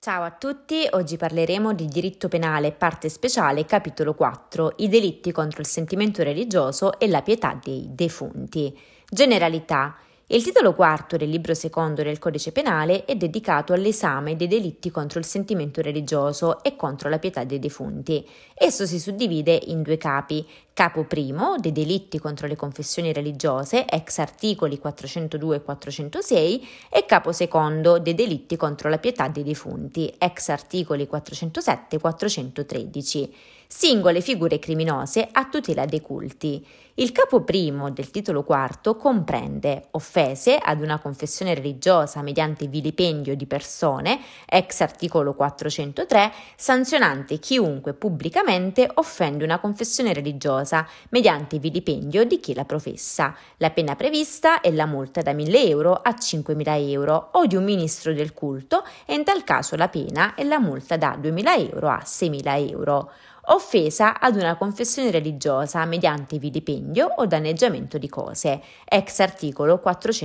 Ciao a tutti, oggi parleremo di diritto penale, parte speciale, capitolo 4, i delitti contro il sentimento religioso e la pietà dei defunti. Generalità. Il titolo quarto del libro secondo del Codice Penale è dedicato all'esame dei delitti contro il sentimento religioso e contro la pietà dei defunti. Esso si suddivide in due capi. Capo primo, dei delitti contro le confessioni religiose, ex articoli 402 e 406, e capo secondo, dei delitti contro la pietà dei defunti, ex articoli 407 e 413. Singole figure criminose a tutela dei culti. Il capo primo del titolo quarto comprende offese ad una confessione religiosa mediante vilipendio di persone, ex articolo 403, sanzionante chiunque pubblicamente offende una confessione religiosa mediante vilipendio di chi la professa. La pena prevista è la multa da 1.000 euro a 5.000 euro o di un ministro del culto e in tal caso la pena è la multa da 2.000 euro a 6.000 euro. Offesa ad una confessione religiosa mediante vilipendio o danneggiamento di cose, ex articolo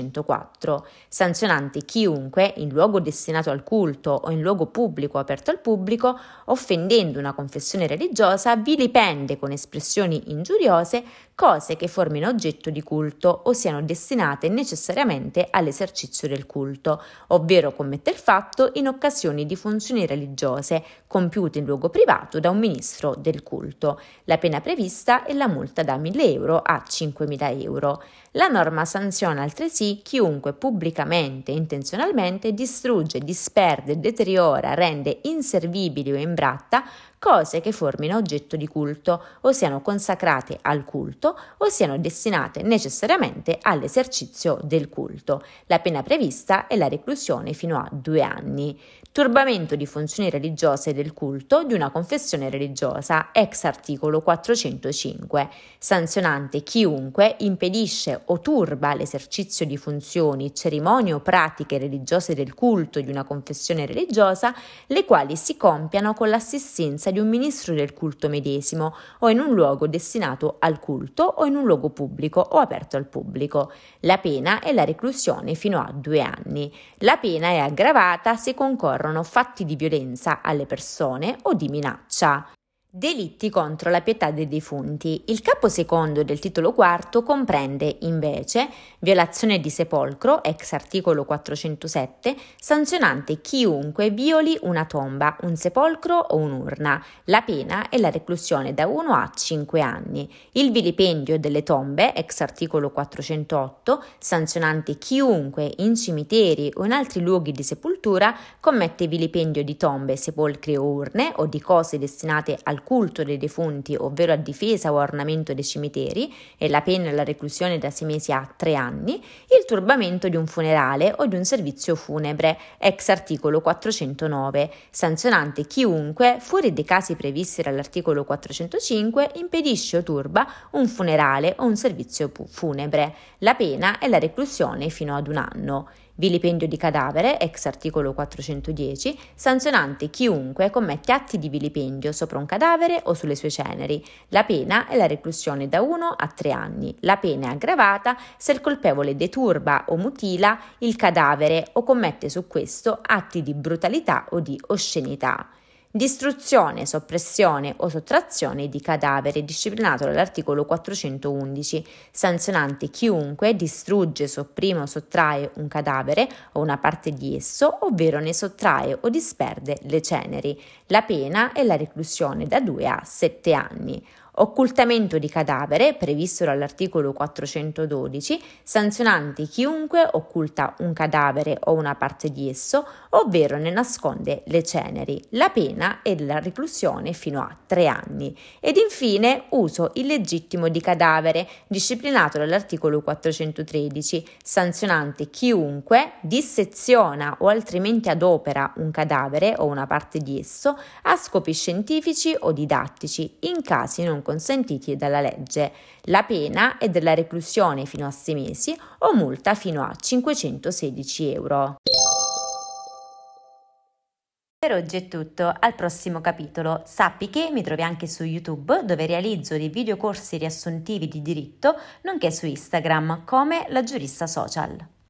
404, sanzionante chiunque, in luogo destinato al culto o in luogo pubblico o aperto al pubblico, offendendo una confessione religiosa, vilipende con espressioni ingiuriose cose che formino oggetto di culto o siano destinate necessariamente all'esercizio del culto, ovvero commette il fatto in occasione di funzioni religiose compiute in luogo privato da un ministro del culto. La pena prevista è la multa da 1.000 euro a 5.000 euro. La norma sanziona altresì chiunque pubblicamente e intenzionalmente distrugge, disperde, deteriora, rende inservibili o imbratta cose che formino oggetto di culto o siano consacrate al culto o siano destinate necessariamente all'esercizio del culto. La pena prevista è la reclusione fino a 2 anni. Turbamento di funzioni religiose del culto di una confessione religiosa, ex articolo 405, sanzionante chiunque impedisce o turba l'esercizio di funzioni, cerimonie o pratiche religiose del culto di una confessione religiosa, le quali si compiano con l'assistenza di un ministro del culto medesimo o in un luogo destinato al culto o in un luogo pubblico o aperto al pubblico. La pena è la reclusione fino a 2 anni. La pena è aggravata se concorrono fatti di violenza alle persone o di minaccia. Delitti contro la pietà dei defunti. Il capo secondo del titolo quarto comprende invece violazione di sepolcro, ex articolo 407, sanzionante chiunque violi una tomba, un sepolcro o un'urna. La pena è la reclusione da 1 a 5 anni. Il vilipendio delle tombe, ex articolo 408, sanzionante chiunque in cimiteri o in altri luoghi di sepoltura commette vilipendio di tombe, sepolcri o urne o di cose destinate al culto dei defunti, ovvero a difesa o a ornamento dei cimiteri, e la pena è la reclusione da 6 mesi a 3 anni, il turbamento di un funerale o di un servizio funebre, ex articolo 409, sanzionante chiunque, fuori dei casi previsti dall'articolo 405, impedisce o turba un funerale o un servizio funebre. La pena è la reclusione fino ad 1 anno. Vilipendio di cadavere, ex articolo 410, sanzionante chiunque commette atti di vilipendio sopra un cadavere o sulle sue ceneri. La pena è la reclusione da 1 a 3 anni. La pena è aggravata se il colpevole deturba o mutila il cadavere o commette su questo atti di brutalità o di oscenità. Distruzione, soppressione o sottrazione di cadavere, disciplinato dall'articolo 411, sanzionante chiunque distrugge, sopprime o sottrae un cadavere o una parte di esso, ovvero ne sottrae o disperde le ceneri. La pena è la reclusione da 2 a 7 anni. Occultamento di cadavere, previsto dall'articolo 412, sanzionante chiunque occulta un cadavere o una parte di esso, ovvero ne nasconde le ceneri. La pena è la reclusione fino a 3 anni. Ed infine uso illegittimo di cadavere, disciplinato dall'articolo 413, sanzionante chiunque disseziona o altrimenti adopera un cadavere o una parte di esso a scopi scientifici o didattici, in casi non consentiti dalla legge. La pena è della reclusione fino a 6 mesi o multa fino a 516 euro. Per oggi è tutto, al prossimo capitolo. Sappi che mi trovi anche su YouTube, dove realizzo dei videocorsi riassuntivi di diritto, nonché su Instagram come La Giurista Social.